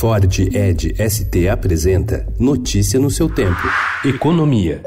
Ford Edge ST apresenta Notícia no seu tempo. Economia.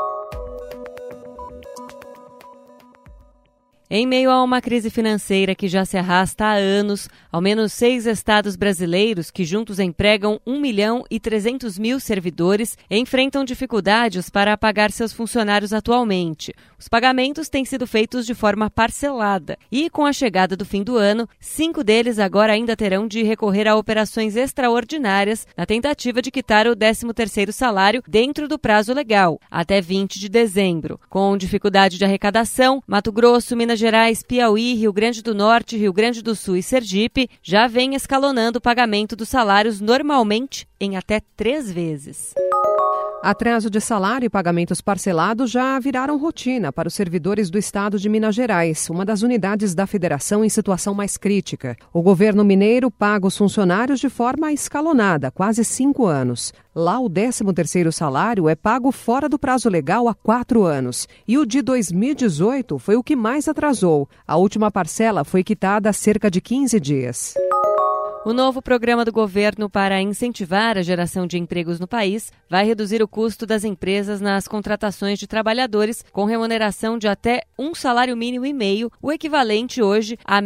Em meio a uma crise financeira que já se arrasta há anos, ao menos 6 estados brasileiros, que juntos empregam 1.300.000 servidores, enfrentam dificuldades para pagar seus funcionários atualmente. Os pagamentos têm sido feitos de forma parcelada e, com a chegada do fim do ano, 5 deles agora ainda terão de recorrer a operações extraordinárias na tentativa de quitar o 13º salário dentro do prazo legal, até 20 de dezembro. Com dificuldade de arrecadação, Mato Grosso, Minas Gerais, Piauí, Rio Grande do Norte, Rio Grande do Sul e Sergipe já vem escalonando o pagamento dos salários normalmente em até 3 vezes. Atraso de salário e pagamentos parcelados já viraram rotina para os servidores do estado de Minas Gerais, uma das unidades da federação em situação mais crítica. O governo mineiro paga os funcionários de forma escalonada, quase 5 anos. Lá, o 13º salário é pago fora do prazo legal há 4 anos. E o de 2018 foi o que mais atrasou. A última parcela foi quitada há cerca de 15 dias. O novo programa do governo para incentivar a geração de empregos no país vai reduzir o custo das empresas nas contratações de trabalhadores com remuneração de até um salário mínimo e meio, o equivalente hoje a R$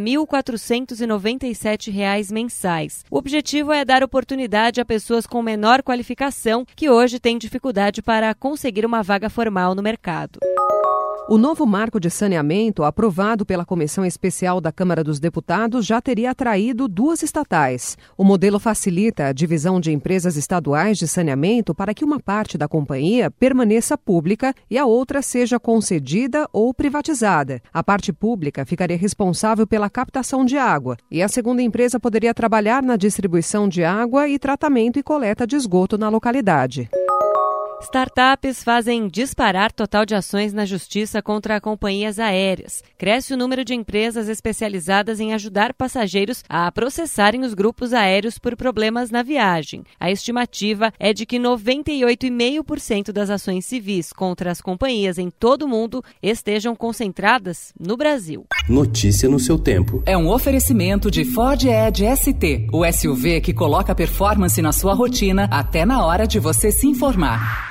1.497 mensais. O objetivo é dar oportunidade a pessoas com menor qualificação que hoje têm dificuldade para conseguir uma vaga formal no mercado. O novo marco de saneamento, aprovado pela Comissão Especial da Câmara dos Deputados, já teria atraído 2 estatais. O modelo facilita a divisão de empresas estaduais de saneamento para que uma parte da companhia permaneça pública e a outra seja concedida ou privatizada. A parte pública ficaria responsável pela captação de água e a segunda empresa poderia trabalhar na distribuição de água e tratamento e coleta de esgoto na localidade. Startups fazem disparar total de ações na justiça contra companhias aéreas. Cresce o número de empresas especializadas em ajudar passageiros a processarem os grupos aéreos por problemas na viagem. A estimativa é de que 98,5% das ações civis contra as companhias em todo o mundo estejam concentradas no Brasil. Notícia no seu tempo. É um oferecimento de Ford Edge ST, o SUV que coloca performance na sua rotina até na hora de você se informar.